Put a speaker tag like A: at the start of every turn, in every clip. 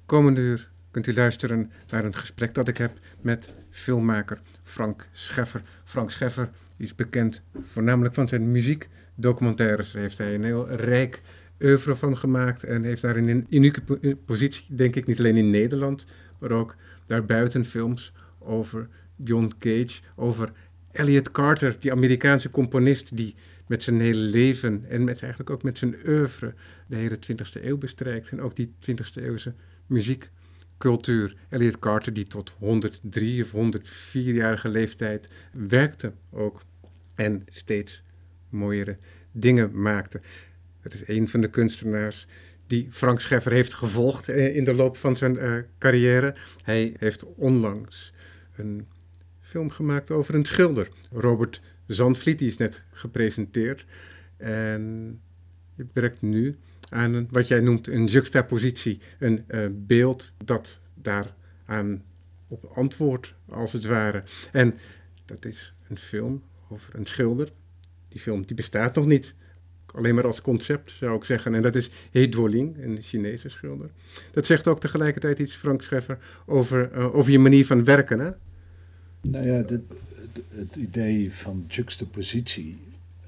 A: Komende uur kunt u luisteren naar een gesprek dat ik heb met filmmaker Frank Scheffer. Frank Scheffer is bekend voornamelijk van zijn muziekdocumentaires. Daar heeft hij een heel rijk oeuvre van gemaakt en heeft daarin een unieke positie, denk ik, niet alleen in Nederland, maar ook daarbuiten films over John Cage, over Elliot Carter, die Amerikaanse componist die met zijn hele leven en eigenlijk ook met zijn oeuvre de hele 20e eeuw bestrijkt. En ook die 20e eeuwse muziekcultuur. Elliot Carter die tot 103 of 104-jarige leeftijd werkte ook. En steeds mooiere dingen maakte. Het is een van de kunstenaars die Frank Scheffer heeft gevolgd in de loop van zijn carrière. Hij heeft onlangs een film gemaakt over een schilder. Robert Zandvliet, die is net gepresenteerd. En je werkt nu aan wat jij noemt een juxtapositie. Een beeld dat daaraan op antwoordt, als het ware. En dat is een film over een schilder. Die film die bestaat nog niet. Alleen maar als concept, zou ik zeggen. En dat is He Duoling, een Chinese schilder. Dat zegt ook tegelijkertijd iets, Frank Scheffer, over je manier van werken, hè?
B: Nou ja, het idee van juxtapositie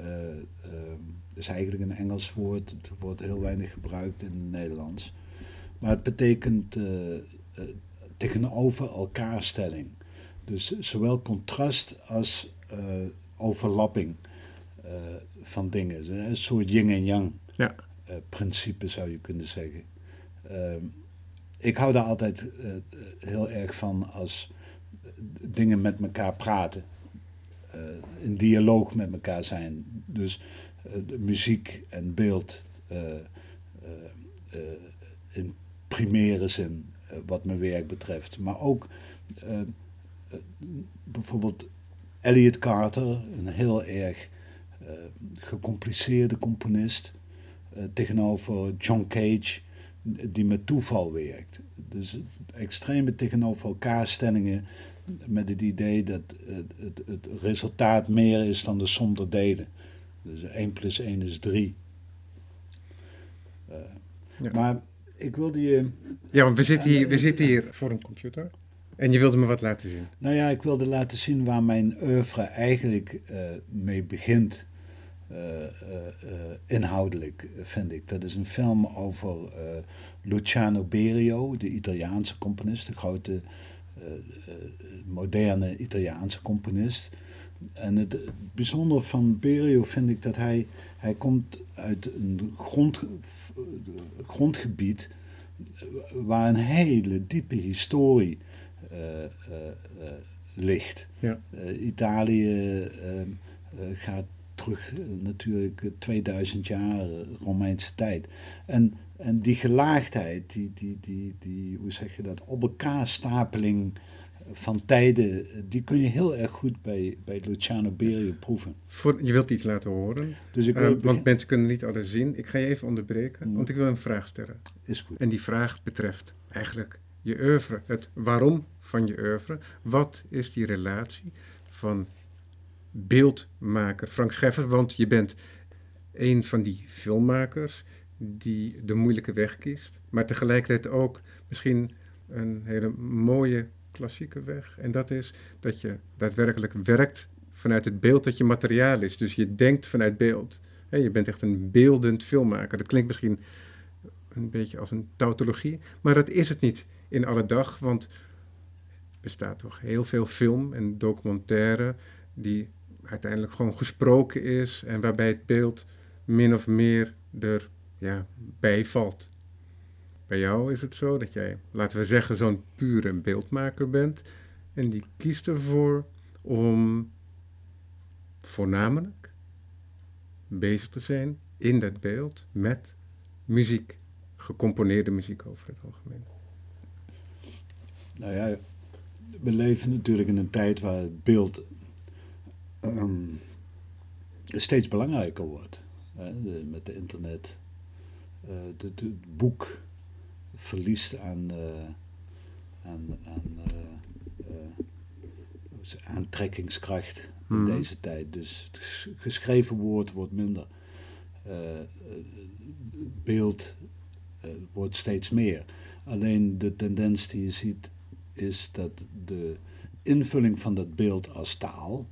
B: is eigenlijk een Engels woord. Het wordt heel weinig gebruikt in het Nederlands. Maar het betekent tegenover elkaar stelling. Dus zowel contrast als overlapping van dingen. Een soort yin en yang principe zou je kunnen zeggen. Ik hou daar altijd heel erg van als dingen met elkaar praten. In dialoog met elkaar zijn. Dus muziek en beeld in primaire zin, wat mijn werk betreft. Maar ook bijvoorbeeld Elliot Carter, een heel erg gecompliceerde componist, tegenover John Cage, die met toeval werkt. Dus extreme tegenover elkaar stellingen met het idee dat het resultaat meer is dan de som der delen. Dus 1 + 1 is 3. Ja. Maar ik wilde je...
A: Ja, want we zitten hier voor een computer. En je wilde me wat laten zien.
B: Nou ja, ik wilde laten zien waar mijn oeuvre eigenlijk mee begint. Inhoudelijk, vind ik. Dat is een film over Luciano Berio, de Italiaanse componist, de grote moderne Italiaanse componist. En het bijzondere van Berio vind ik dat hij komt uit een grondgebied waar een hele diepe historie ligt. Ja. Italië gaat terug natuurlijk 2000 jaar Romeinse tijd. En die gelaagdheid, die hoe zeg je dat, op elkaar stapeling van tijden, die kun je heel erg goed bij Luciano Berio proeven.
A: Je wilt iets laten horen, dus want mensen kunnen niet alles zien. Ik ga je even onderbreken, want ik wil een vraag stellen.
B: Is goed.
A: En die vraag betreft eigenlijk je oeuvre, het waarom van je oeuvre. Wat is die relatie van beeldmaker Frank Scheffer? Want je bent een van die filmmakers die de moeilijke weg kiest, maar tegelijkertijd ook misschien een hele mooie klassieke weg. En dat is dat je daadwerkelijk werkt vanuit het beeld dat je materiaal is. Dus je denkt vanuit beeld. Je bent echt een beeldend filmmaker. Dat klinkt misschien een beetje als een tautologie, maar dat is het niet in alle dag, want er bestaat toch heel veel film en documentaire die uiteindelijk gewoon gesproken is en waarbij het beeld min of meer erbij valt. Bij jou is het zo dat jij, laten we zeggen, zo'n pure beeldmaker bent en die kiest ervoor om voornamelijk bezig te zijn in dat beeld met muziek, gecomponeerde muziek over het algemeen.
B: Nou ja, we leven natuurlijk in een tijd waar het beeld steeds belangrijker wordt. Met de internet. Het boek verliest aan aantrekkingskracht in deze tijd. Dus het geschreven woord wordt minder. Beeld wordt steeds meer. Alleen de tendens die je ziet is dat de invulling van dat beeld als taal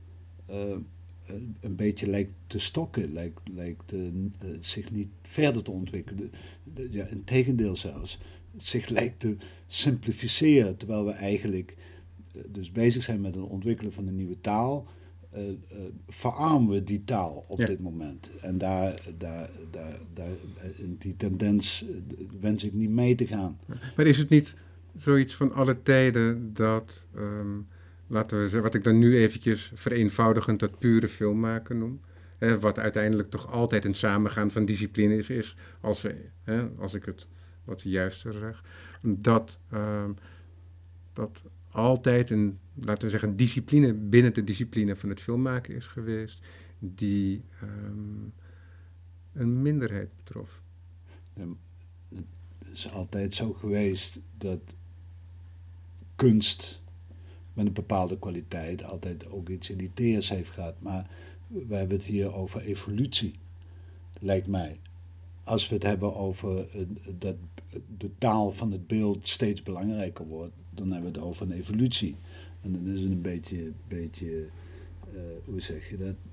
B: een beetje lijkt te stokken, lijkt zich niet verder te ontwikkelen. Ja, integendeel zelfs, zich lijkt te simplificeren, terwijl we eigenlijk dus bezig zijn met het ontwikkelen van een nieuwe taal, verarmen we die taal op dit moment. En in die tendens wens ik niet mee te gaan.
A: Maar is het niet zoiets van alle tijden dat, laten we zeggen, wat ik dan nu eventjes vereenvoudigend dat pure filmmaken noem, wat uiteindelijk toch altijd een samengaan van disciplines is, als ik het wat juister zeg, dat altijd een, laten we zeggen, discipline binnen de discipline van het filmmaken is geweest, die een minderheid betrof.
B: Het is altijd zo geweest dat kunst met een bepaalde kwaliteit altijd ook iets elitairs heeft gehad. Maar we hebben het hier over evolutie, lijkt mij. Als we het hebben over dat de taal van het beeld steeds belangrijker wordt, dan hebben we het over een evolutie. En dat is een beetje hoe zeg je dat?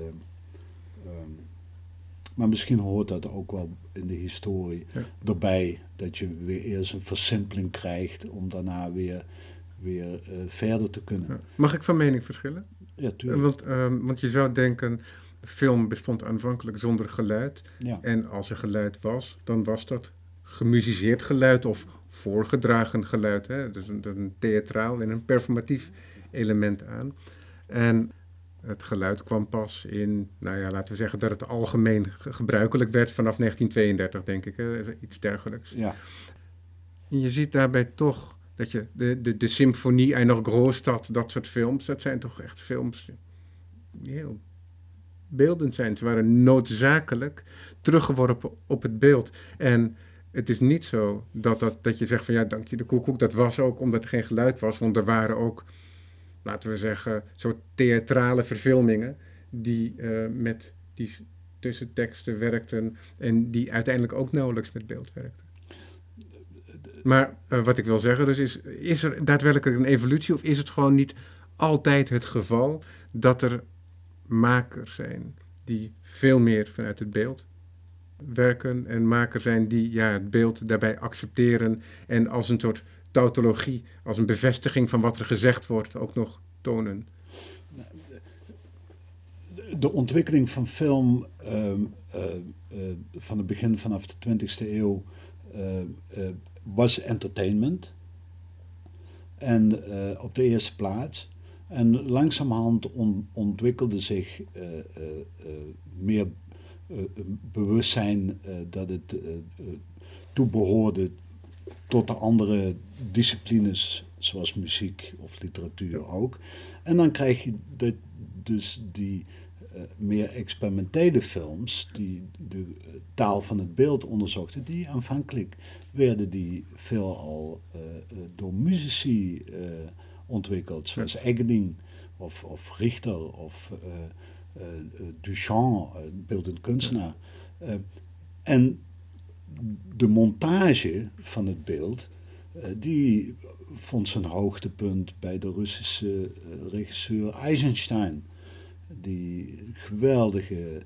B: Maar misschien hoort dat ook wel in de historie erbij, dat je weer eerst een versimpeling krijgt om daarna weer verder te kunnen. Ja.
A: Mag ik van mening verschillen?
B: Ja, tuurlijk.
A: Want je zou denken, film bestond aanvankelijk zonder geluid.
B: Ja.
A: En als er geluid was, dan was dat gemusiceerd geluid of voorgedragen geluid. Hè? Dus een theatraal en een performatief element aan. En het geluid kwam pas in, laten we zeggen dat het algemeen gebruikelijk werd vanaf 1932, denk ik. Hè? Iets dergelijks.
B: Ja.
A: En je ziet daarbij toch dat je de symfonie en nog Grootstad, dat soort films, dat zijn toch echt films die heel beeldend zijn. Ze waren noodzakelijk teruggeworpen op het beeld. En het is niet zo dat je zegt van ja, dank je de koekoek. Dat was ook omdat er geen geluid was, want er waren ook, laten we zeggen, soort theatrale verfilmingen die met die tussenteksten werkten en die uiteindelijk ook nauwelijks met beeld werkten. Maar wat ik wil zeggen dus is er daadwerkelijk een evolutie of is het gewoon niet altijd het geval dat er makers zijn die veel meer vanuit het beeld werken en makers zijn die het beeld daarbij accepteren en als een soort tautologie, als een bevestiging van wat er gezegd wordt ook nog tonen?
B: De ontwikkeling van film van het begin vanaf de 20e eeuw was entertainment. En op de eerste plaats. En langzamerhand ontwikkelde zich meer bewustzijn dat het toebehoorde tot de andere disciplines, zoals muziek of literatuur ook. En dan krijg je dus die meer experimentele films die de taal van het beeld onderzochten, die aanvankelijk werden die veelal door muzici ontwikkeld, zoals Eggeling of Richter of Duchamp, beeldend kunstenaar. En de montage van het beeld, die vond zijn hoogtepunt bij de Russische regisseur Eisenstein, die geweldige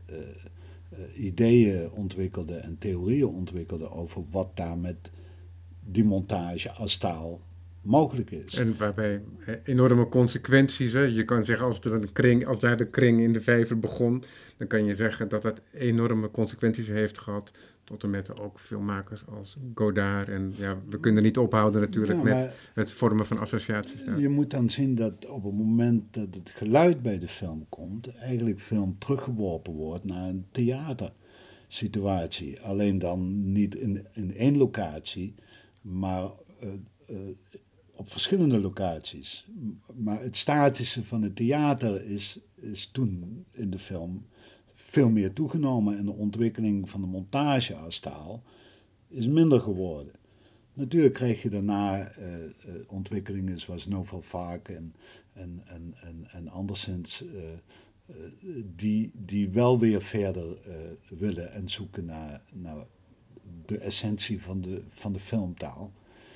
B: ideeën ontwikkelde en theorieën ontwikkelde over wat daar met die montage als taal mogelijk is.
A: En waarbij enorme consequenties, hè? Je kan zeggen als daar de kring in de vijver begon, dan kan je zeggen dat dat enorme consequenties heeft gehad tot en met ook filmmakers als Godard. En we kunnen niet ophouden natuurlijk met het vormen van associaties. Daar.
B: Je moet dan zien dat op het moment dat het geluid bij de film komt, eigenlijk film teruggeworpen wordt naar een theatersituatie. Alleen dan niet in één locatie, maar op verschillende locaties. Maar het statische van het theater is toen in de film veel meer toegenomen en de ontwikkeling van de montage als taal is minder geworden. Natuurlijk kreeg je daarna ontwikkelingen zoals Nouvelle Vague en anderszins die wel weer verder willen en zoeken naar de essentie van de filmtaal.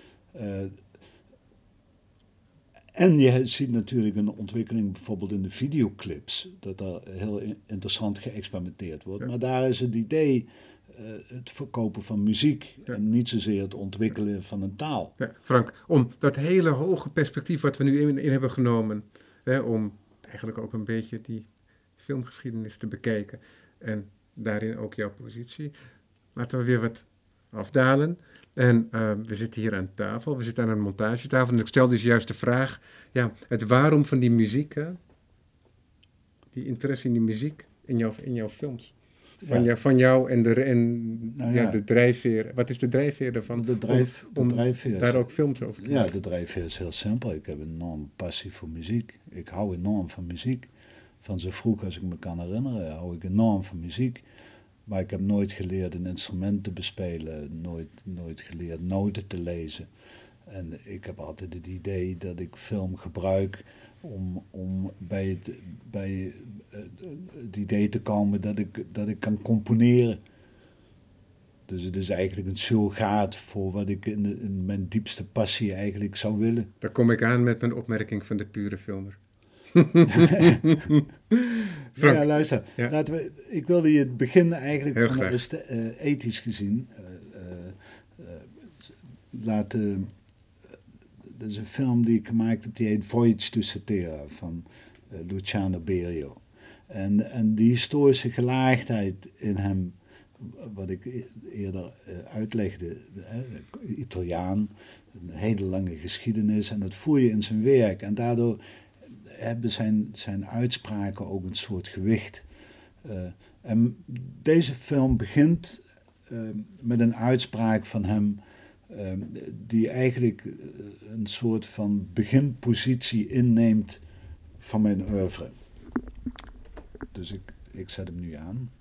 B: En je ziet natuurlijk een ontwikkeling bijvoorbeeld in de videoclips, dat er heel interessant geëxperimenteerd wordt. Maar daar is het idee het verkopen van muziek en niet zozeer het ontwikkelen van een taal.
A: Ja, Frank, om dat hele hoge perspectief wat we nu in hebben genomen, om eigenlijk ook een beetje die filmgeschiedenis te bekijken en daarin ook jouw positie. Laten we weer wat afdalen. En we zitten hier aan tafel, we zitten aan een montagetafel. En ik stel dus juist de vraag, het waarom van die muziek, hè? Die interesse in die muziek in jouw films. Van jou en de drijfveer. Wat is de drijfveer daarvan?
B: De drijfveer
A: daar ook films over te maken?
B: Ja, de drijfveer is heel simpel. Ik heb een enorme passie voor muziek. Ik hou enorm van muziek. Van zo vroeg als ik me kan herinneren hou ik enorm van muziek. Maar ik heb nooit geleerd een instrument te bespelen, nooit geleerd noten te lezen. En ik heb altijd het idee dat ik film gebruik om bij het idee te komen dat ik kan componeren. Dus het is eigenlijk een surrogaat voor wat ik in mijn diepste passie eigenlijk zou willen.
A: Daar kom ik aan met mijn opmerking van de pure filmer.
B: Ja, luister. Ja. Ik wilde je het begin eigenlijk van ethisch gezien laten. Dat is een film die ik gemaakt heb, die heet Voyage to Cythera van Luciano Berio. En die historische gelaagdheid in hem, wat ik eerder uitlegde, Italiaan, een hele lange geschiedenis, en dat voel je in zijn werk. En daardoor hebben zijn uitspraken ook een soort gewicht. En deze film begint met een uitspraak van hem die eigenlijk een soort van beginpositie inneemt van mijn oeuvre. Dus ik zet hem nu aan.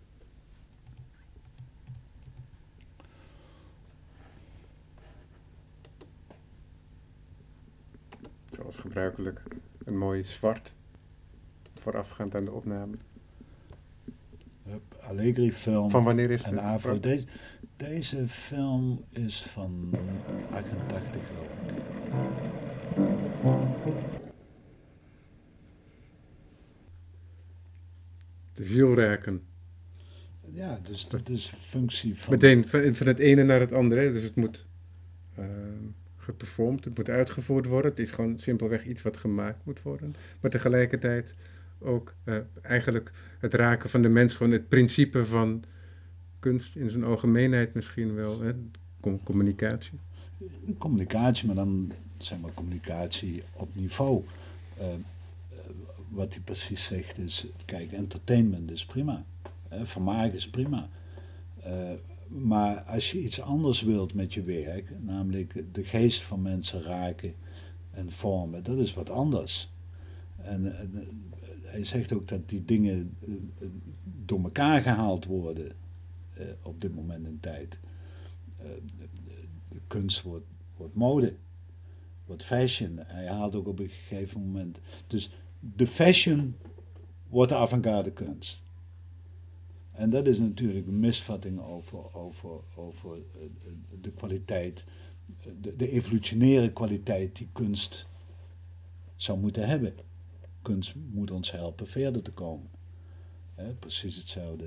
A: Zoals gebruikelijk een mooi zwart voorafgaand aan de opname.
B: Allegri film.
A: Van wanneer is
B: het? Afro. Deze film is van 88 geloof ik.
A: De ziel raken.
B: Ja, dus dat is een functie van...
A: Meteen van het ene naar het andere. Dus het moet geperformd, het moet uitgevoerd worden. Het is gewoon simpelweg iets wat gemaakt moet worden. Maar tegelijkertijd ook eigenlijk het raken van de mens, gewoon het principe van kunst in zijn algemeenheid misschien wel, hè? Communicatie.
B: Communicatie, maar dan zeg maar communicatie op niveau. Wat hij precies zegt is, kijk, entertainment is prima, vermaak is prima. Maar als je iets anders wilt met je werk, namelijk de geest van mensen raken en vormen, dat is wat anders. En hij zegt ook dat die dingen door elkaar gehaald worden op dit moment in tijd. Kunst wordt mode, wordt fashion. Hij haalt ook op een gegeven moment. Dus de fashion wordt de avant-garde kunst. En dat is natuurlijk een misvatting over de kwaliteit, de evolutionaire kwaliteit die kunst zou moeten hebben. Kunst moet ons helpen verder te komen. Precies hetzelfde.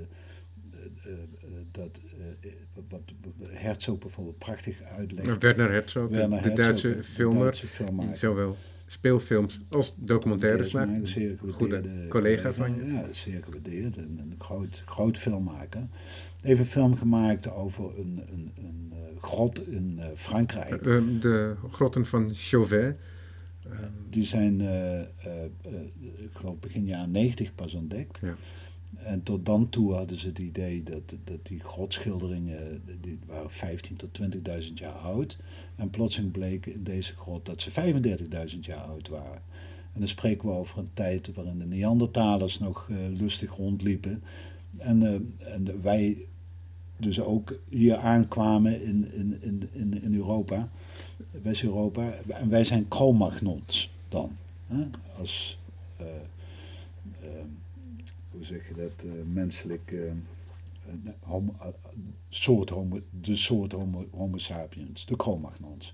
B: Wat Herzog bijvoorbeeld prachtig uitlegt.
A: Werner Herzog, de Duitse filmer, die zowel speelfilms als documentaires maakt.
B: Een zeer
A: goede collega van je.
B: Ja, zeer gewaardeerd. Een groot filmmaker. Heeft een film gemaakt over een grot in Frankrijk.
A: De grotten van Chauvet.
B: Die zijn, ik geloof begin jaren 90 pas ontdekt. Ja. En tot dan toe hadden ze het idee dat die grotschilderingen, die waren 15.000 tot 20.000 jaar oud. En plotseling bleek in deze grot dat ze 35.000 jaar oud waren. En dan spreken we over een tijd waarin de Neandertalers nog lustig rondliepen. En wij dus ook hier aankwamen in Europa, West-Europa. En wij zijn Cro-Magnons dan. Als... hoe zeg je dat, menselijk de soort homo sapiens, de Cro-Magnons.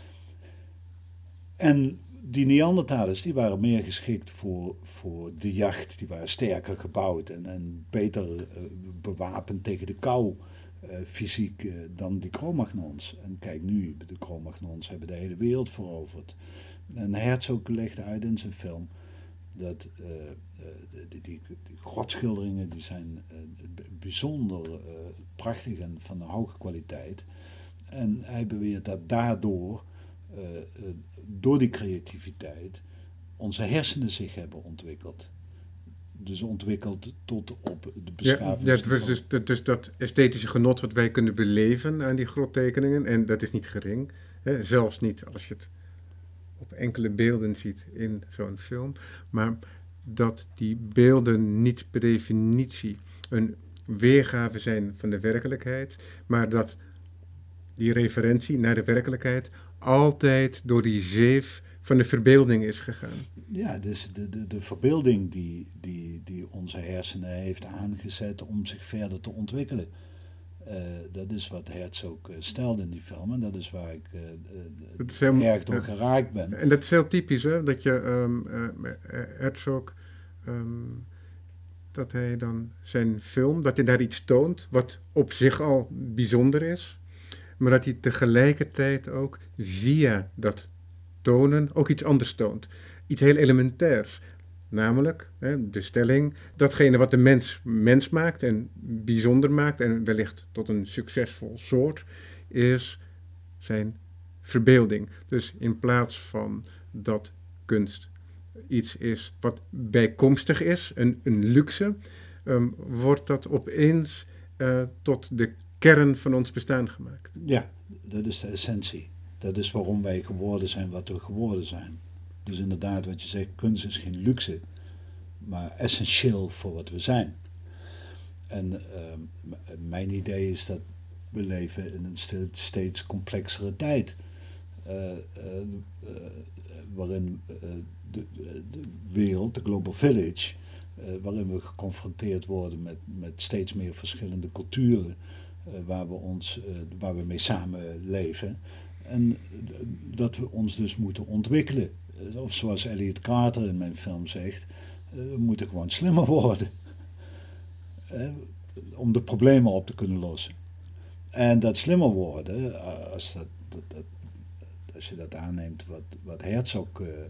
B: En die Neandertalers die waren meer geschikt voor de jacht. Die waren sterker gebouwd en beter bewapend tegen de kou fysiek dan die Cro-Magnons. En kijk nu, de Cro-Magnons hebben de hele wereld veroverd. En Herzog legt uit in zijn film dat die grotschilderingen die zijn bijzonder prachtig en van hoge kwaliteit. En hij beweert dat daardoor, door die creativiteit, onze hersenen zich hebben ontwikkeld. Dus ontwikkeld tot op de beschaving.
A: Ja, dus dat esthetische genot wat wij kunnen beleven aan die grottekeningen, en dat is niet gering, hè, zelfs niet als je het op enkele beelden ziet in zo'n film, maar dat die beelden niet per definitie een weergave zijn van de werkelijkheid, maar dat die referentie naar de werkelijkheid altijd door die zeef van de verbeelding is gegaan.
B: Ja, dus de verbeelding die onze hersenen heeft aangezet om zich verder te ontwikkelen. Dat is wat Herzog stelde in die film en dat is waar ik erg door geraakt ben.
A: En dat is heel typisch, hè? Dat je Herzog, dat hij dan zijn film, dat hij daar iets toont wat op zich al bijzonder is, maar dat hij tegelijkertijd ook via dat tonen ook iets anders toont. Iets heel elementairs. Namelijk de stelling, datgene wat de mens maakt en bijzonder maakt en wellicht tot een succesvol soort, is zijn verbeelding. Dus in plaats van dat kunst iets is wat bijkomstig is, een luxe, wordt dat opeens tot de kern van ons bestaan gemaakt.
B: Ja, dat is de essentie. Dat is waarom wij geworden zijn wat we geworden zijn. Dus inderdaad, wat je zegt, kunst is geen luxe, maar essentieel voor wat we zijn. En mijn idee is dat we leven in een steeds complexere tijd. Waarin de wereld, de Global Village, waarin we geconfronteerd worden met steeds meer verschillende culturen, waar we mee samenleven. En dat we ons dus moeten ontwikkelen. Of zoals Elliot Carter in mijn film zegt, we moeten gewoon slimmer worden. Om de problemen op te kunnen lossen. En dat slimmer worden, als je dat aanneemt wat Herzog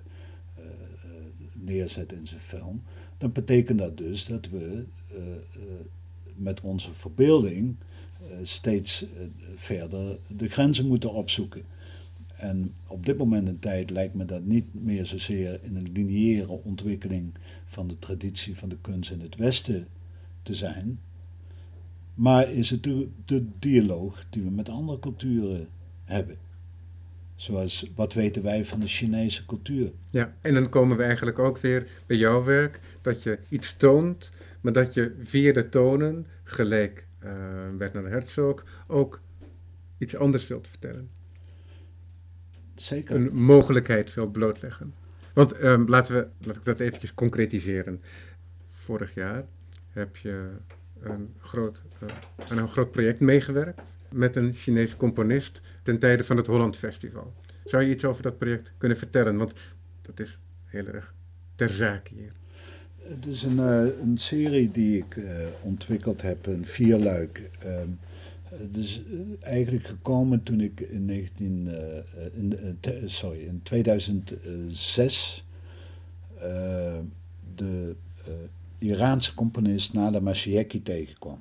B: neerzet in zijn film, dan betekent dat dus dat we met onze verbeelding steeds verder de grenzen moeten opzoeken. En op dit moment in tijd lijkt me dat niet meer zozeer in een lineaire ontwikkeling van de traditie van de kunst in het Westen te zijn, maar is het de dialoog die we met andere culturen hebben. Zoals, wat weten wij van de Chinese cultuur?
A: Ja, en dan komen we eigenlijk ook weer bij jouw werk, dat je iets toont, maar dat je via de tonen, gelijk Bernard Herzog, ook iets anders wilt vertellen.
B: Zeker.
A: Een mogelijkheid wilt blootleggen. Want laat ik dat eventjes concretiseren. Vorig jaar heb je aan een groot project meegewerkt met een Chinese componist ten tijde van het Holland Festival. Zou je iets over dat project kunnen vertellen? Want dat is heel erg ter zake hier.
B: Het is een serie die ik ontwikkeld heb, een 4-luik. Het is eigenlijk gekomen toen ik in 2006 de Iraanse componist Nada Mashieki tegenkwam.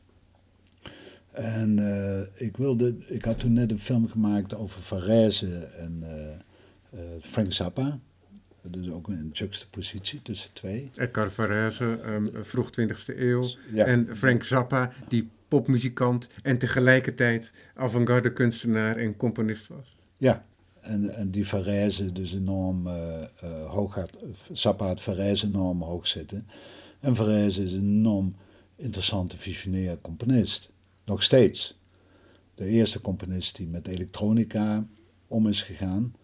B: En ik had toen net een film gemaakt over Varese en Frank Zappa. Dus ook een juxtapositie tussen twee.
A: Edgar Varese, vroeg 20e eeuw.
B: Ja.
A: En Frank Zappa, die popmuzikant en tegelijkertijd avant-garde kunstenaar en componist was.
B: Ja, en die Varese dus enorm hoog had. Zappa had Varese enorm hoog zitten. En Varese is een enorm interessante visionair componist. Nog steeds. De eerste componist die met elektronica om is gegaan.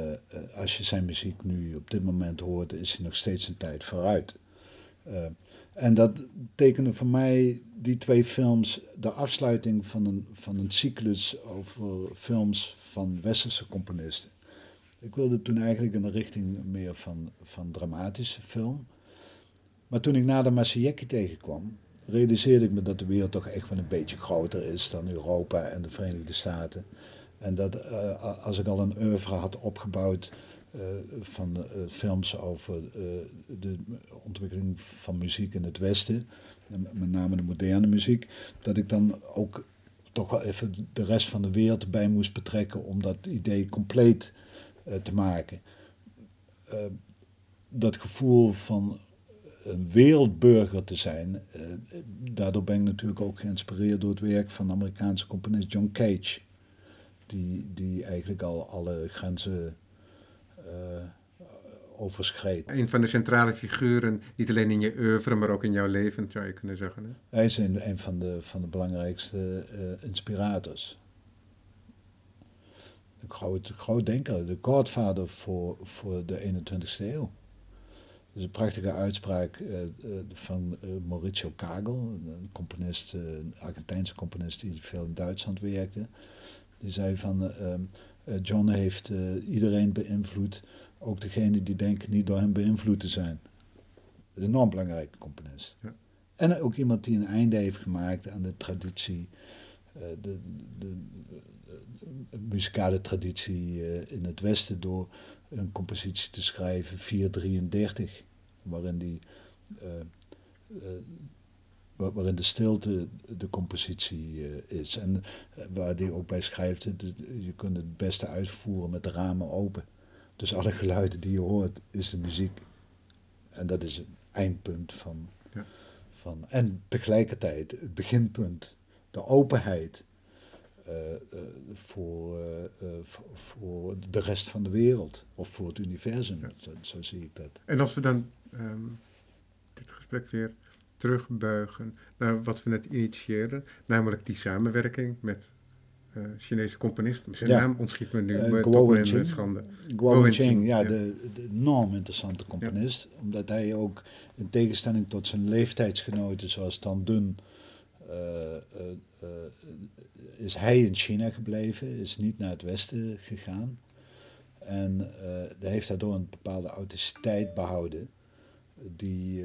B: Als je zijn muziek nu op dit moment hoort, is hij nog steeds een tijd vooruit. En dat tekende voor mij, die 2 films, de afsluiting van een cyclus over films van westerse componisten. Ik wilde toen eigenlijk in de richting meer van dramatische film. Maar toen ik Nader Massagetti tegenkwam, realiseerde ik me dat de wereld toch echt wel een beetje groter is dan Europa en de Verenigde Staten. En dat als ik al een oeuvre had opgebouwd van films over de ontwikkeling van muziek in het Westen, met name de moderne muziek, dat ik dan ook toch wel even de rest van de wereld erbij moest betrekken om dat idee compleet te maken. Dat gevoel van een wereldburger te zijn, daardoor ben ik natuurlijk ook geïnspireerd door het werk van de Amerikaanse componist John Cage, die eigenlijk al alle grenzen overschreed.
A: Een van de centrale figuren, niet alleen in je oeuvre, maar ook in jouw leven, zou je kunnen zeggen. Hè?
B: Hij is een van de belangrijkste inspirators. Een groot denker, de godvader voor de 21ste eeuw. Dat is een prachtige uitspraak van Mauricio Kagel, een componist, een Argentijnse componist die veel in Duitsland werkte. Die zei van, John heeft iedereen beïnvloed, ook degene die denken niet door hem beïnvloed te zijn. Een enorm belangrijke componist. Ja. En ook iemand die een einde heeft gemaakt aan de traditie, de muzikale traditie in het Westen door een compositie te schrijven, 433, waarin de stilte de compositie is. En waar hij ook bij schrijft, je kunt het beste uitvoeren met de ramen open. Dus alle geluiden die je hoort, is de muziek. En dat is het eindpunt van en tegelijkertijd het beginpunt, de openheid voor de rest van de wereld of voor het universum. Ja. Zo zie ik dat.
A: En als we dan dit gesprek weer terugbuigen naar wat we net initieerden, namelijk die samenwerking met Chinese componisten. Zijn naam ontschiet me nu
B: toch
A: een schande.
B: Guo Wenqing, de enorm interessante componist, omdat hij ook in tegenstelling tot zijn leeftijdsgenoten zoals Tan Dun is hij in China gebleven, is niet naar het Westen gegaan en heeft daardoor een bepaalde authenticiteit behouden die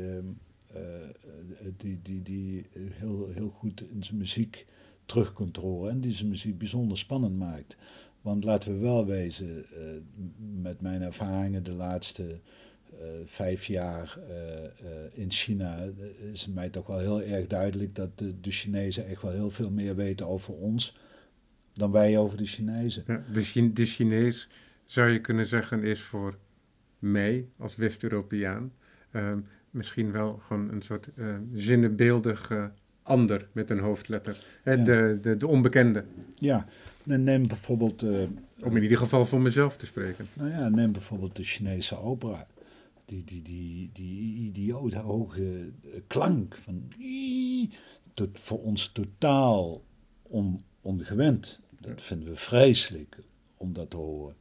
B: heel goed in zijn muziek terug kunt horen en die zijn muziek bijzonder spannend maakt. Want laten we wel wezen, met mijn ervaringen de laatste 5 jaar in China is het mij toch wel heel erg duidelijk dat de Chinezen echt wel heel veel meer weten over ons dan wij over de Chinezen.
A: Ja, de Chinees, zou je kunnen zeggen, is voor mij als West-Europeaan misschien wel gewoon een soort zinnebeeldig ander met een hoofdletter. Ja. De onbekende.
B: Ja, neem bijvoorbeeld...
A: om in ieder geval voor mezelf te spreken.
B: Nou ja, neem bijvoorbeeld de Chinese opera. Die idioot hoge klank van... voor ons totaal ongewend. Dat vinden we vreselijk om dat te horen.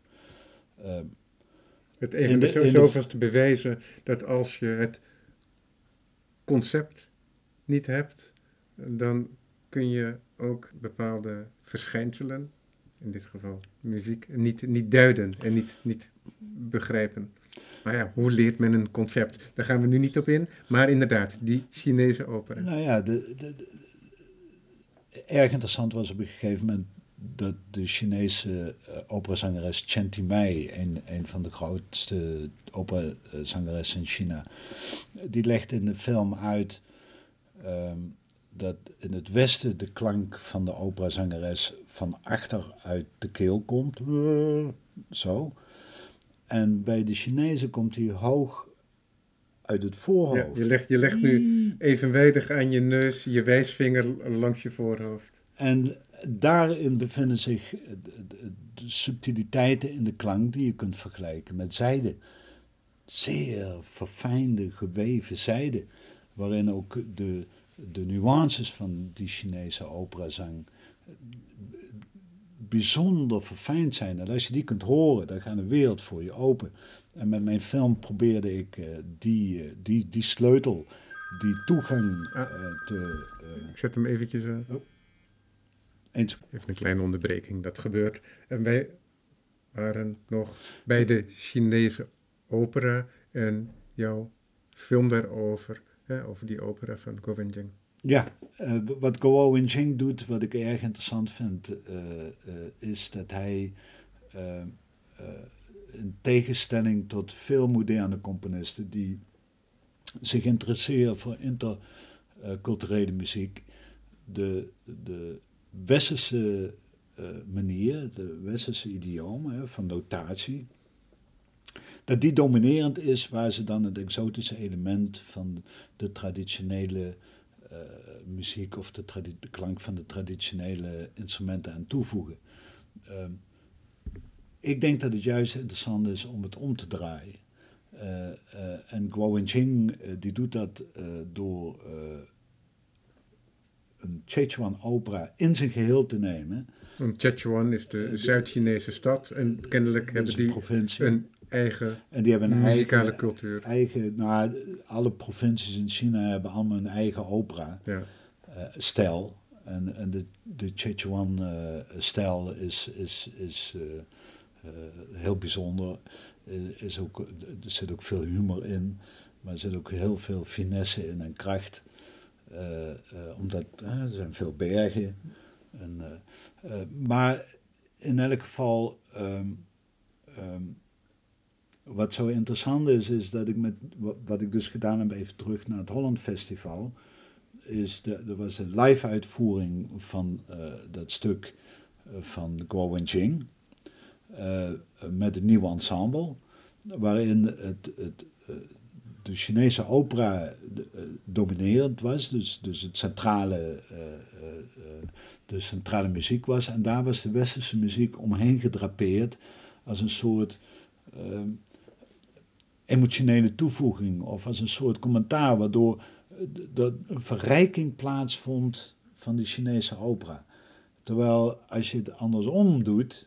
A: Het even zoveel te bewijzen dat als je het concept niet hebt, dan kun je ook bepaalde verschijnselen, in dit geval muziek, niet duiden en niet begrijpen. Maar ja, hoe leert men een concept? Daar gaan we nu niet op in, maar inderdaad, die Chinese opera.
B: Nou ja, erg interessant was op een gegeven moment dat de Chinese operazangeres Chen Timei, een van de grootste operazangeressen in China, die legt in de film uit dat in het Westen de klank van de operazangeres van achter uit de keel komt, zo. En bij de Chinezen komt hij hoog uit het voorhoofd.
A: Ja, je legt nu evenwijdig aan je neus je wijsvinger langs je voorhoofd.
B: En daarin bevinden zich de subtiliteiten in de klank die je kunt vergelijken met zijde. Zeer verfijnde, geweven zijde, waarin ook de nuances van die Chinese operazang bijzonder verfijnd zijn. En als je die kunt horen, dan gaat een wereld voor je open. En met mijn film probeerde ik die sleutel die toegang
A: Ik zet hem eventjes...
B: eens.
A: Even een kleine onderbreking, dat gebeurt. En wij waren nog bij de Chinese opera en jouw film daarover, over die opera van Guo Wenjing.
B: Ja, wat Guo Wenjing doet, wat ik erg interessant vind, is dat hij in tegenstelling tot veel moderne componisten die zich interesseren voor interculturele muziek, de westerse manier, de westerse idioom van notatie, dat die dominerend is, waar ze dan het exotische element van de traditionele muziek of de klank van de traditionele instrumenten aan toevoegen. Ik denk dat het juist interessant is om het om te draaien. En Guo Wenjing die doet dat door een Sichuan opera in zijn geheel te nemen.
A: Sichuan is de Zuid-Chinese stad en kennelijk hebben die een eigen
B: en die hebben een
A: muzikale cultuur.
B: Nou, alle provincies in China hebben allemaal een eigen opera-stijl. En de Sichuan-stijl is heel bijzonder. Er zit ook veel humor in, maar er zit ook heel veel finesse in en kracht. Omdat er zijn veel bergen. Maar in elk geval, wat zo interessant is dat ik wat ik dus gedaan heb, even terug naar het Holland Festival, er was een live uitvoering van dat stuk van Guo Wenjing met een nieuw ensemble, waarin de Chinese opera dominerend was, dus het de centrale muziek was, en daar was de westerse muziek omheen gedrapeerd als een soort emotionele toevoeging of als een soort commentaar, waardoor er een verrijking plaatsvond van de Chinese opera. Terwijl als je het andersom doet,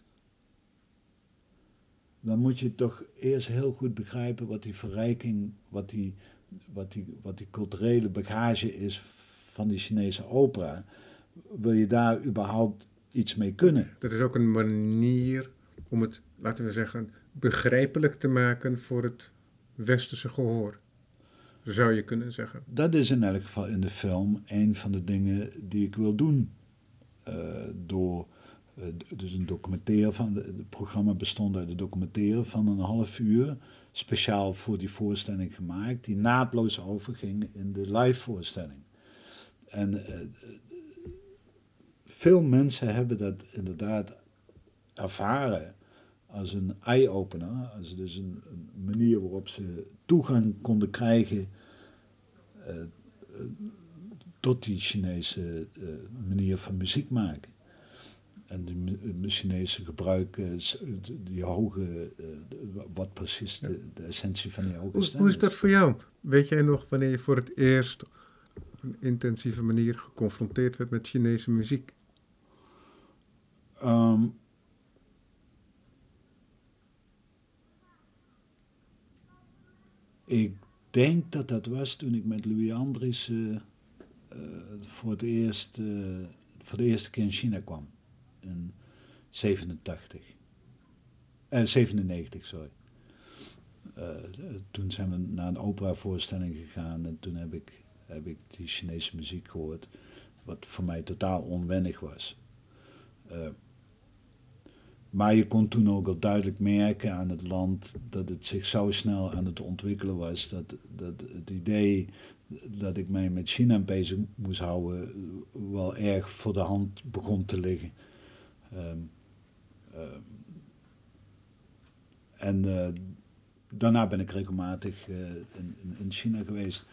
B: dan moet je toch eerst heel goed begrijpen wat die verrijking, wat die culturele bagage is van die Chinese opera. Wil je daar überhaupt iets mee kunnen?
A: Dat is ook een manier om het, laten we zeggen, begrijpelijk te maken voor het westerse gehoor. Zou je kunnen zeggen.
B: Dat is in elk geval in de film een van de dingen die ik wil doen. Dus een documentaire het programma bestond uit een documentaire van een half uur, speciaal voor die voorstelling gemaakt, die naadloos overging in de live voorstelling. En veel mensen hebben dat inderdaad ervaren als een eye-opener, als dus een manier waarop ze toegang konden krijgen tot die Chinese manier van muziek maken. En de Chinese gebruiken, die hoge, wat precies de essentie van die hoge stem
A: Hoe is dat voor jou? Weet jij nog wanneer je voor het eerst op een intensieve manier geconfronteerd werd met Chinese muziek?
B: Ik denk dat was toen ik met Louis Andries voor de eerste keer in China kwam. In 97, sorry. Toen zijn we naar een operavoorstelling gegaan en toen heb ik die Chinese muziek gehoord, wat voor mij totaal onwennig was. Maar je kon toen ook al duidelijk merken aan het land dat het zich zo snel aan het ontwikkelen was, dat het idee dat ik mij met China bezig moest houden wel erg voor de hand begon te liggen. Daarna ben ik regelmatig in China geweest.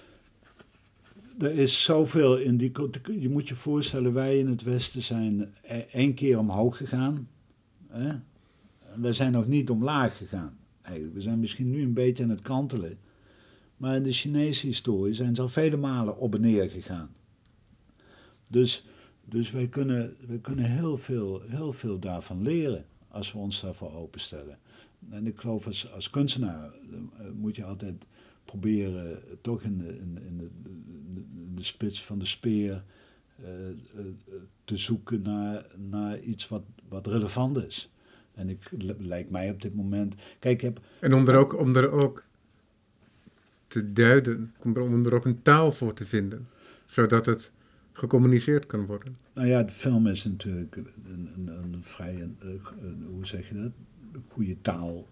B: Er is zoveel in die cultuur. Je moet je voorstellen, wij in het Westen zijn 1 keer omhoog gegaan. We zijn nog niet omlaag gegaan. Eigenlijk. We zijn misschien nu een beetje aan het kantelen. Maar in de Chinese historie zijn ze al vele malen op en neer gegaan. Dus wij kunnen heel veel daarvan leren als we ons daarvoor openstellen. En ik geloof als kunstenaar moet je altijd proberen toch in de spits van de speer te zoeken naar iets wat relevant is. En lijkt mij op dit moment... Kijk,
A: en om er ook te duiden, om er ook een taal voor te vinden, zodat het gecommuniceerd kan worden.
B: Nou ja, de film is natuurlijk een vrij, hoe zeg je dat, een goede taal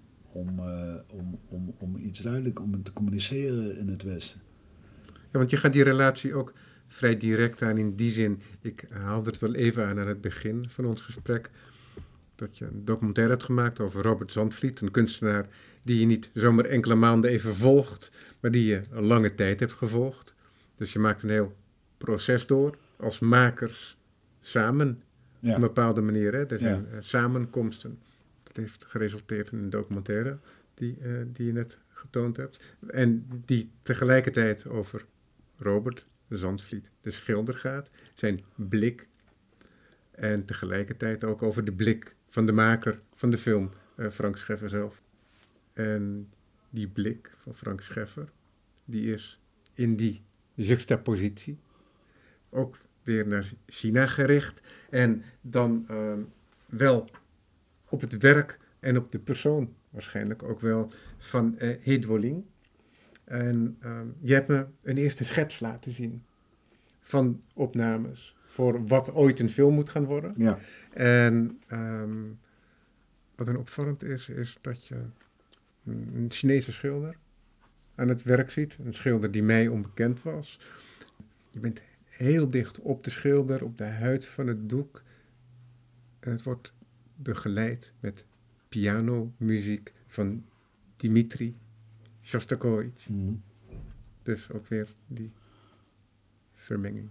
B: om iets duidelijk, om te communiceren in het Westen.
A: Ja, want je gaat die relatie ook vrij direct aan in die zin. Ik haalde het wel even aan het begin van ons gesprek, dat je een documentaire hebt gemaakt over Robert Zandvliet, een kunstenaar die je niet zomaar enkele maanden even volgt, maar die je een lange tijd hebt gevolgd. Dus je maakt een heel proces door, als makers samen, op een bepaalde manier. Hè? Er zijn samenkomsten. Dat heeft geresulteerd in een documentaire die je net getoond hebt. En die tegelijkertijd over Robert Zandvliet, de schilder, gaat. Zijn blik. En tegelijkertijd ook over de blik van de maker van de film, Frank Scheffer zelf. En die blik van Frank Scheffer, die is in die juxtapositie ook weer naar China gericht. En dan wel op het werk en op de persoon waarschijnlijk ook wel van Hedwoling. En je hebt me een eerste schets laten zien van opnames voor wat ooit een film moet gaan worden.
B: Ja.
A: En wat dan opvallend is dat je een Chinese schilder aan het werk ziet. Een schilder die mij onbekend was. Je bent heel dicht op de schilder, op de huid van het doek. En het wordt begeleid met pianomuziek van Dmitri Shostakovich.
B: Mm.
A: Dus ook weer die vermenging.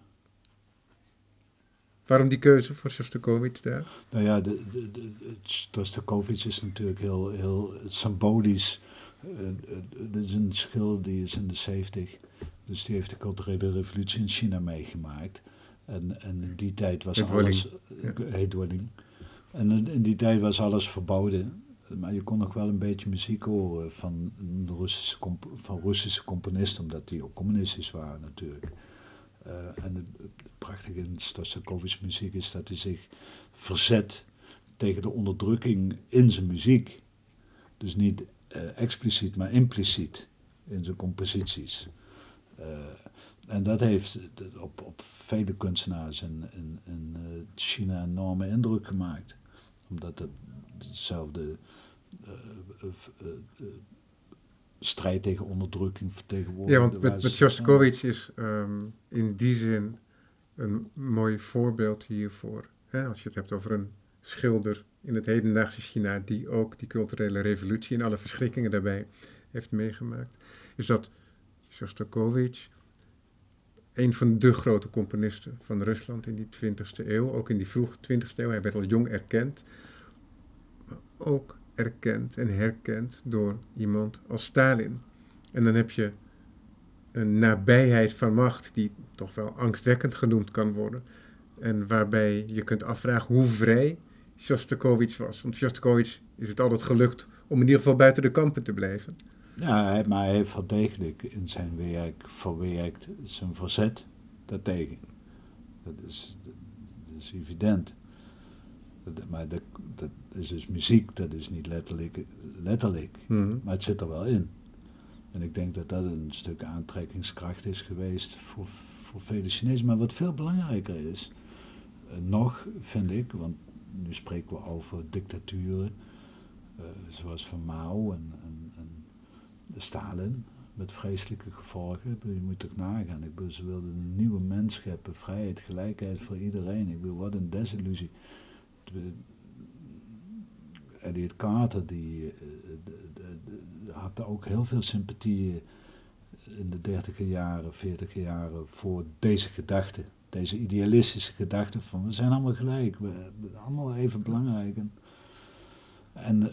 A: Waarom die keuze voor Shostakovich daar?
B: Nou ja, Shostakovich is natuurlijk heel symbolisch. Dit is een schilder die is in de 70. Dus die heeft de culturele revolutie in China meegemaakt. En in die tijd was alles... Hedwoling. En in die tijd was alles verboden. Maar je kon nog wel een beetje muziek horen van Russische componisten, omdat die ook communistisch waren natuurlijk. En het prachtige in Shostakovich's muziek is dat hij zich verzet tegen de onderdrukking in zijn muziek. Dus niet expliciet, maar impliciet in zijn composities. En dat heeft op vele kunstenaars in China een enorme indruk gemaakt. Omdat het hetzelfde strijd tegen onderdrukking vertegenwoordigt.
A: Ja, want met Shostakovich is in die zin een mooi voorbeeld hiervoor. Hè? Als je het hebt over een schilder in het hedendaagse China die ook die culturele revolutie en alle verschrikkingen daarbij heeft meegemaakt, is dat Shostakovich een van de grote componisten van Rusland in die 20e eeuw, ook in die vroege 20e eeuw, hij werd al jong erkend, maar ook erkend en herkend door iemand als Stalin. En dan heb je een nabijheid van macht die toch wel angstwekkend genoemd kan worden. En waarbij je kunt afvragen hoe vrij Shostakovich was. Want Shostakovich is het altijd gelukt om in ieder geval buiten de kampen te blijven.
B: Ja, maar hij heeft wel degelijk in zijn werk verwerkt zijn verzet daartegen. Dat is evident. Maar dat is dus muziek, dat is niet letterlijk, maar het zit er wel in. En ik denk dat dat een stuk aantrekkingskracht is geweest voor vele Chinezen. Maar wat veel belangrijker is, nog vind ik, want nu spreken we over dictaturen, zoals van Mao en Stalin, met vreselijke gevolgen. Je moet toch nagaan. Ze wilden een nieuwe mens scheppen, vrijheid, gelijkheid voor iedereen. Wat een desillusie. Elliot Carter die had ook heel veel sympathie in de 30er jaren, 40er jaren voor deze gedachte. Deze idealistische gedachte van we zijn allemaal gelijk, we zijn allemaal even belangrijk. En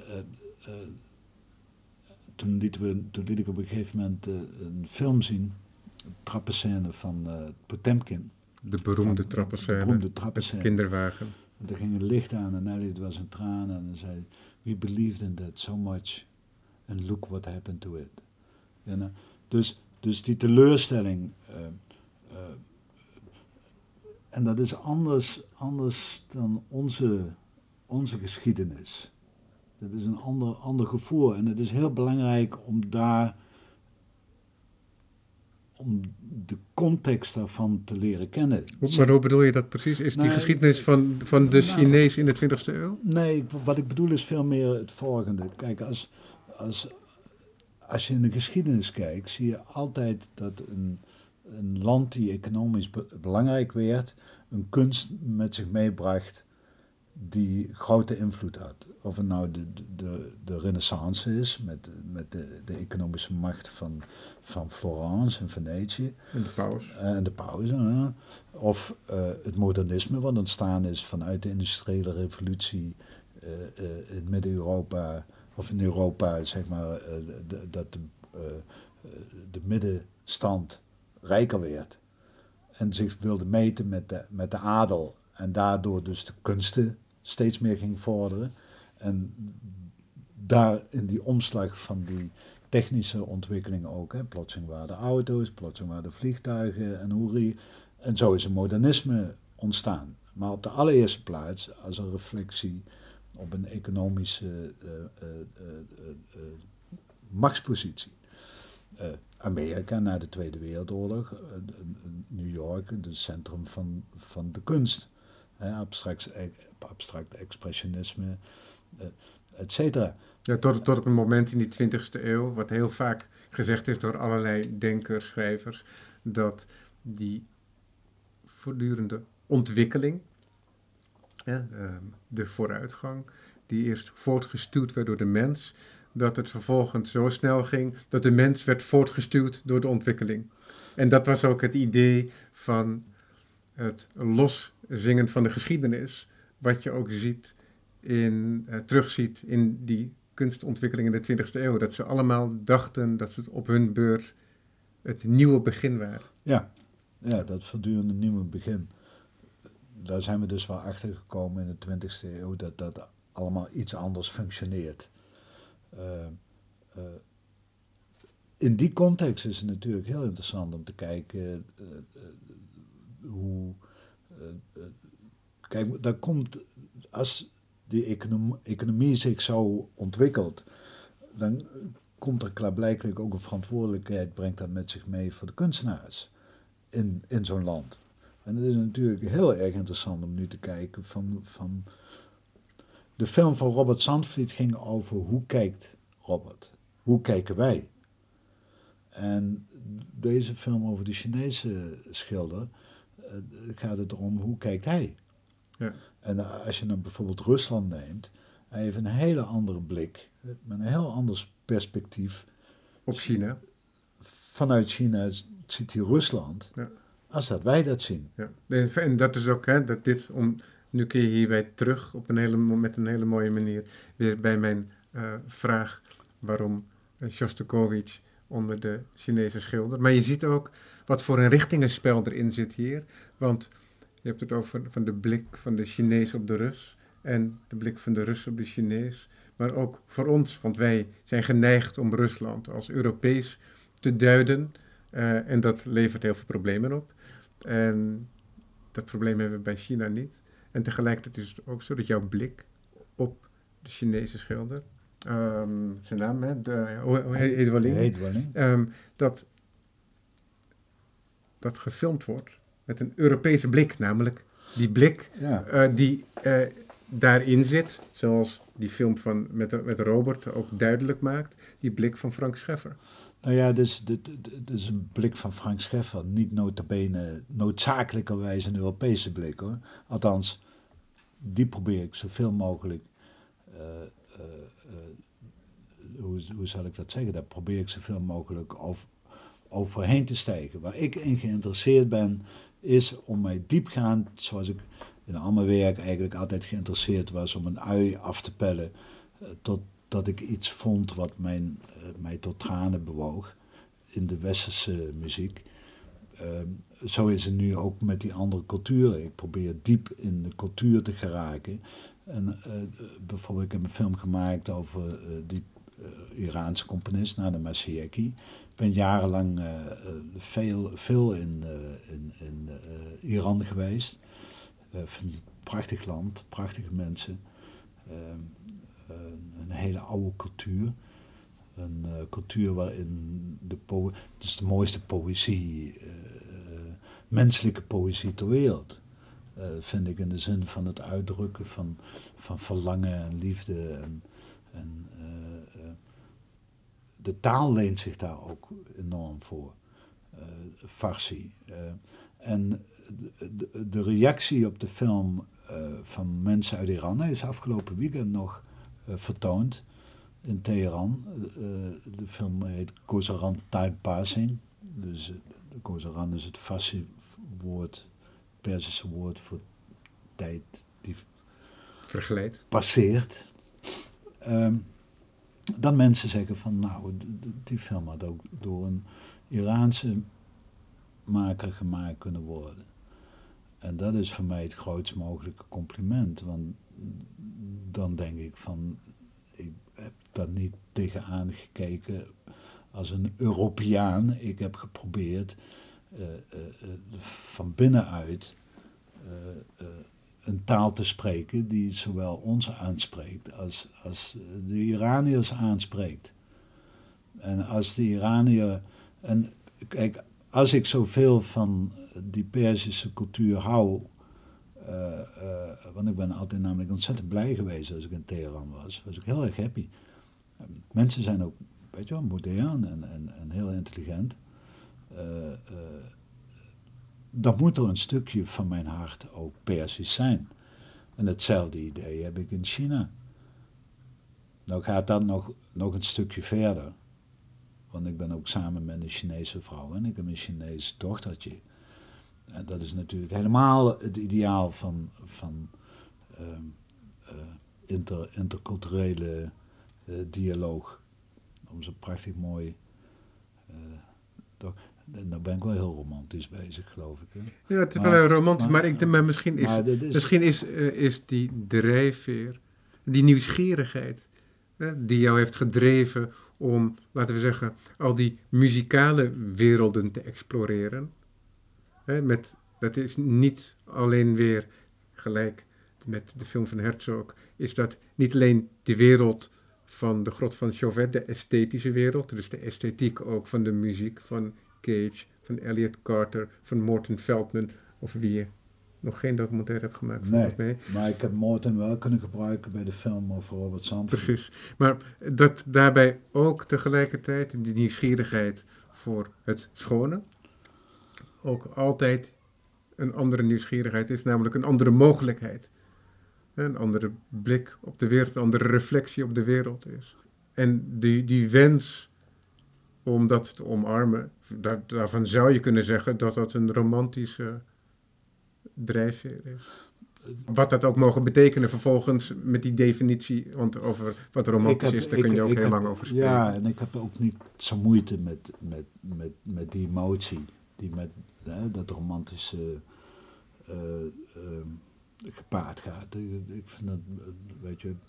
B: toen liet ik op een gegeven moment een film zien, een trappenscène van Potemkin.
A: De beroemde trappenscène, met kinderwagen.
B: Er ging een licht aan en Elliot was in tranen en hij zei, we believed in that so much and look what happened to it. En Dus die teleurstelling, en dat is anders dan onze geschiedenis. Dat is een ander gevoel en het is heel belangrijk om de context daarvan te leren kennen.
A: Maar hoe bedoel je dat precies? Is die geschiedenis van de Chinees in de 20e eeuw?
B: Nee, wat ik bedoel is veel meer het volgende. Kijk, als je in de geschiedenis kijkt, zie je altijd dat een land die economisch belangrijk werd, een kunst met zich meebracht die grote invloed had. Of het nou de Renaissance is, met de economische macht van Florence en Venetië.
A: En
B: de paus. Ja. Of het modernisme, wat ontstaan is vanuit de industriële revolutie in Midden-Europa, of in Europa, zeg maar, dat de middenstand rijker werd. En zich wilde meten met de adel. En daardoor dus de kunsten steeds meer ging vorderen. En daar in die omslag van die technische ontwikkelingen ook. Hè. Plotseling waren de auto's, plotseling waren de vliegtuigen en zo is een modernisme ontstaan. Maar op de allereerste plaats als een reflectie op een economische machtspositie. Amerika na de Tweede Wereldoorlog, New York, het centrum van de kunst. Abstract expressionisme, et cetera.
A: Ja, tot op een moment in die 20e eeuw, wat heel vaak gezegd is door allerlei denkers, schrijvers, dat die voortdurende ontwikkeling, de vooruitgang, die eerst voortgestuwd werd door de mens, dat het vervolgens zo snel ging dat de mens werd voortgestuwd door de ontwikkeling. En dat was ook het idee van het loszingen van de geschiedenis, wat je ook terugziet in die kunstontwikkeling in de 20e eeuw. Dat ze allemaal dachten dat ze op hun beurt het nieuwe begin waren.
B: Ja, dat voortdurende nieuwe begin. Daar zijn we dus wel achter gekomen in de 20e eeuw, dat allemaal iets anders functioneert. In die context is het natuurlijk heel interessant om te kijken hoe... Kijk, daar komt, als die economie zich zo ontwikkelt, dan komt er klaarblijkelijk ook een verantwoordelijkheid, brengt dat met zich mee voor de kunstenaars in zo'n land. En het is natuurlijk heel erg interessant om nu te kijken van de film van Robert Zandvliet ging over hoe kijkt Robert, hoe kijken wij. En deze film over de Chinese schilder gaat het erom hoe kijkt hij.
A: Ja.
B: En als je dan bijvoorbeeld Rusland neemt, hij heeft een hele andere blik, met een heel ander perspectief.
A: Op China.
B: Vanuit China ziet hij Rusland, als dat wij dat zien.
A: Ja. En dat is ook, dat dit, nu keer je hierbij terug met een hele mooie manier, weer bij mijn vraag waarom Shostakovich onder de Chinese schilder. Maar je ziet ook wat voor een richtingenspel erin zit hier, want je hebt het over van de blik van de Chinees op de Rus en de blik van de Rus op de Chinees. Maar ook voor ons, want wij zijn geneigd om Rusland als Europees te duiden. En dat levert heel veel problemen op. En dat probleem hebben we bij China niet. En tegelijkertijd is het ook zo dat jouw blik op de Chinese schilder, zijn naam, Heidwaling, dat gefilmd wordt met een Europese blik, namelijk die blik die daarin zit, zoals die film met Robert ook duidelijk maakt, die blik van Frank Scheffer.
B: Nou ja, dus een blik van Frank Scheffer, niet notabene noodzakelijkerwijs een Europese blik hoor. Althans, die probeer ik zoveel mogelijk, hoe zal ik dat zeggen, daar probeer ik zoveel mogelijk overheen te stijgen. Waar ik in geïnteresseerd ben, is om mij diepgaand, zoals ik in al mijn werk eigenlijk altijd geïnteresseerd was, om een ui af te pellen, totdat ik iets vond wat mij tot tranen bewoog in de westerse muziek. Zo is het nu ook met die andere culturen. Ik probeer diep in de cultuur te geraken. En bijvoorbeeld, ik heb een film gemaakt over die Iraanse componist, Nada Masieki. Ik ben jarenlang veel in Iran geweest. Een prachtig land, prachtige mensen. Een hele oude cultuur. Een cultuur waarin het is de mooiste poëzie, menselijke poëzie ter wereld. Vind ik, in de zin van het uitdrukken van verlangen en liefde. En de taal leent zich daar ook enorm voor. Farsi. En de reactie op de film van mensen uit Iran, hij is afgelopen weekend nog vertoond in Teheran. De film heet Gozaran Time Passing. Dus Gozaran is het Farsi woord, Perzische woord voor tijd die
A: verglijdt,
B: passeert. Dat mensen zeggen van nou, die film had ook door een Iraanse maker gemaakt kunnen worden. En dat is voor mij het grootst mogelijke compliment. Want dan denk ik van, ik heb daar niet tegenaan gekeken als een Europeaan. Ik heb geprobeerd van binnenuit een taal te spreken die zowel ons aanspreekt als de Iraniërs aanspreekt. En als de Iraniër... En kijk, als ik zoveel van die Perzische cultuur hou... want ik ben altijd namelijk ontzettend blij geweest als ik in Teheran was. Was ik heel erg happy. Mensen zijn ook, weet je wel, modern en heel intelligent. Dan moet er een stukje van mijn hart ook Perzisch zijn. En hetzelfde idee heb ik in China. Nou gaat dat nog een stukje verder. Want ik ben ook samen met een Chinese vrouw en ik heb een Chinees dochtertje. En dat is natuurlijk helemaal het ideaal van interculturele dialoog. Om zo prachtig mooi... Nou ben ik wel heel romantisch bezig, geloof ik. Hè?
A: Ja, het is wel heel romantisch, maar ik denk, misschien is die drijfveer, die nieuwsgierigheid, die jou heeft gedreven om, laten we zeggen, al die muzikale werelden te exploreren. Dat is niet alleen weer gelijk met de film van Herzog, is dat niet alleen de wereld van de grot van Chauvet, de esthetische wereld, dus de esthetiek ook van de muziek van Cage, van Elliot Carter, van Morton Feldman, of wie je nog geen documentaire hebt gemaakt volgens mij.
B: Maar ik heb Morton wel kunnen gebruiken bij de film over Robert Sanford.
A: Precies, maar dat daarbij ook tegelijkertijd die nieuwsgierigheid voor het schone ook altijd een andere nieuwsgierigheid is, namelijk een andere mogelijkheid. Een andere blik op de wereld, een andere reflectie op de wereld is. En die wens om dat te omarmen, daarvan zou je kunnen zeggen dat dat een romantische drijfveer is. Wat dat ook mogen betekenen vervolgens met die definitie, want over wat romantisch is, daar kun je ook heel lang over spreken.
B: Ja, en ik heb ook niet zo moeite met die emotie, die met dat romantische gepaard gaat. Ik vind dat, weet je,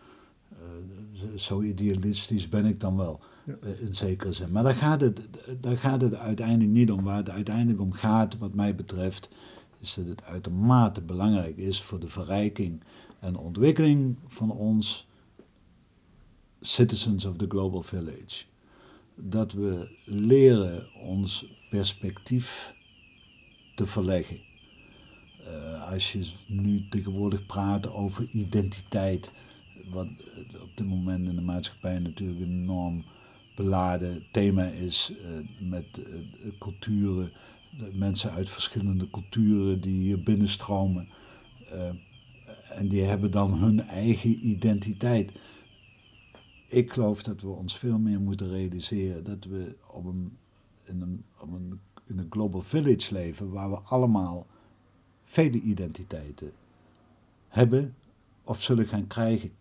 B: zo idealistisch ben ik dan wel, in zekere zin. Maar daar gaat het uiteindelijk niet om. Waar het uiteindelijk om gaat, wat mij betreft, is dat het uitermate belangrijk is voor de verrijking en ontwikkeling van ons citizens of the global village. Dat we leren ons perspectief te verleggen. Als je nu tegenwoordig praat over identiteit, wat op dit moment in de maatschappij natuurlijk een enorm beladen thema is, met culturen, mensen uit verschillende culturen die hier binnenstromen, en die hebben dan hun eigen identiteit. Ik geloof dat we ons veel meer moeten realiseren dat we in een global village leven waar we allemaal vele identiteiten hebben of zullen gaan krijgen.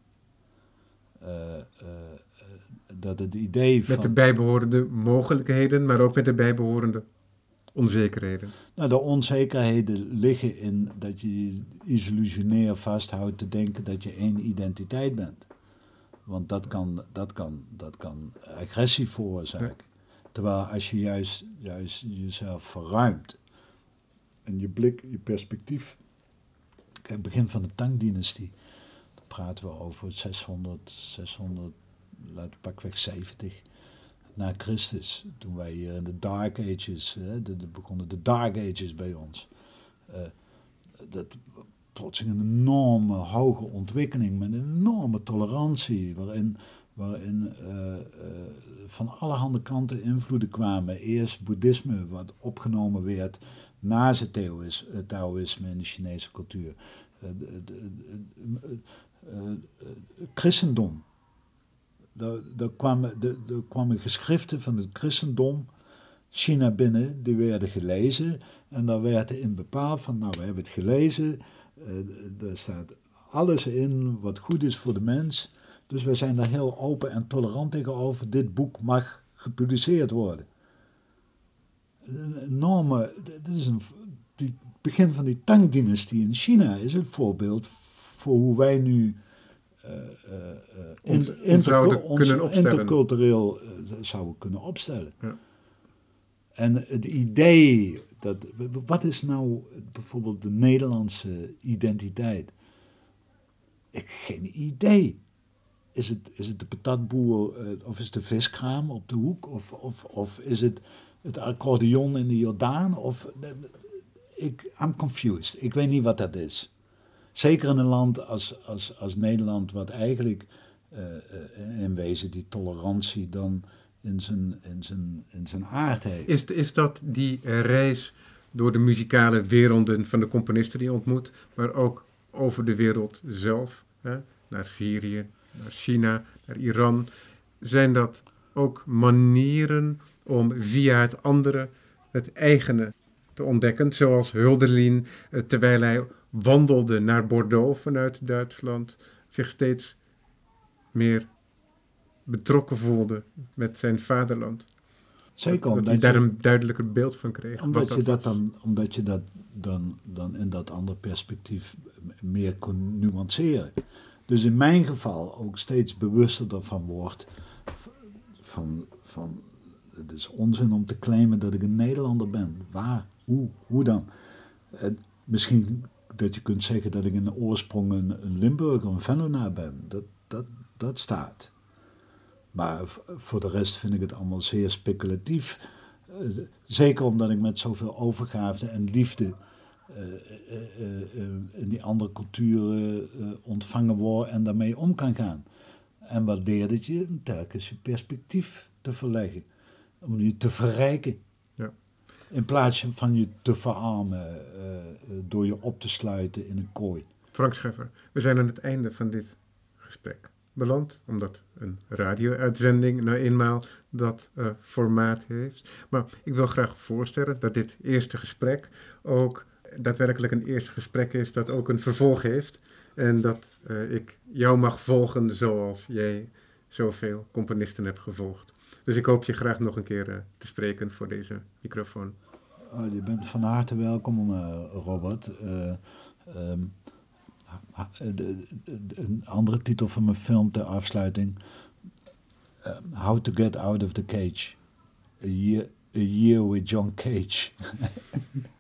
B: Dat het idee van...
A: Met de bijbehorende mogelijkheden, maar ook met de bijbehorende onzekerheden.
B: Nou, de onzekerheden liggen in dat je illusionair vasthoudt te denken dat je één identiteit bent. Want dat kan agressie veroorzaken. Ja. Terwijl als je juist jezelf verruimt en je blik, je perspectief. Kijk, het begin van de Tang-dynastie, dan praten we over 600, laten we pakweg 70 na Christus. Toen wij hier in de Dark Ages, begonnen de Dark Ages bij ons. Dat plotseling een enorme hoge ontwikkeling met een enorme tolerantie, waarin van allerhande kanten invloeden kwamen. Eerst boeddhisme, wat opgenomen werd naast het Taoïsme in de Chinese cultuur. Christendom. Er kwamen geschriften van het christendom China binnen, die werden gelezen. En daar werd in bepaald van, nou, we hebben het gelezen. Er staat alles in wat goed is voor de mens. Dus wij zijn daar heel open en tolerant tegenover. Dit boek mag gepubliceerd worden. Een enorme, dit is het begin van die Tang-dynastie in China is het voorbeeld voor hoe wij nu intercultureel zouden kunnen opstellen. Ja. En het idee, wat is nou bijvoorbeeld de Nederlandse identiteit? Ik heb geen idee. Is het de patatboer of is het de viskraam op de hoek? Of is het accordeon in de Jordaan? I'm confused. Ik weet niet wat dat is. Zeker in een land als Nederland, wat eigenlijk in wezen die tolerantie dan in zijn aard heeft.
A: Is dat die reis door de muzikale werelden van de componisten die je ontmoet, maar ook over de wereld zelf, hè? Naar Syrië, naar China, naar Iran. Zijn dat ook manieren om via het andere het eigene te ontdekken, zoals Hölderlin, terwijl hij wandelde naar Bordeaux vanuit Duitsland, zich steeds meer betrokken voelde met zijn vaderland.
B: Zeker,
A: dat hij daar een duidelijker beeld van kreeg.
B: Omdat je dat dan in dat andere perspectief meer kon nuanceren. Dus in mijn geval ook steeds bewuster ervan wordt van het is onzin om te claimen dat ik een Nederlander ben. Waar? Hoe dan? Misschien dat je kunt zeggen dat ik in de oorsprong een Limburger, een Venlonaar ben. Dat staat. Maar voor de rest vind ik het allemaal zeer speculatief. Zeker omdat ik met zoveel overgave en liefde in die andere culturen ontvangen word en daarmee om kan gaan. En wat leert het je? Telkens je perspectief te verleggen. Om je te verrijken. Ja. In plaats van je te verarmen door je op te sluiten in een kooi.
A: Frank Scheffer, we zijn aan het einde van dit gesprek beland, omdat een radio-uitzending nou eenmaal dat formaat heeft. Maar ik wil graag voorstellen dat dit eerste gesprek ook daadwerkelijk een eerste gesprek is dat ook een vervolg heeft. En dat ik jou mag volgen zoals jij zoveel componisten hebt gevolgd. Dus ik hoop je graag nog een keer te spreken voor deze microfoon.
B: Je bent van harte welkom, Robert. Een andere titel van mijn film ter afsluiting. How to Get Out of the Cage. A Year with John Cage.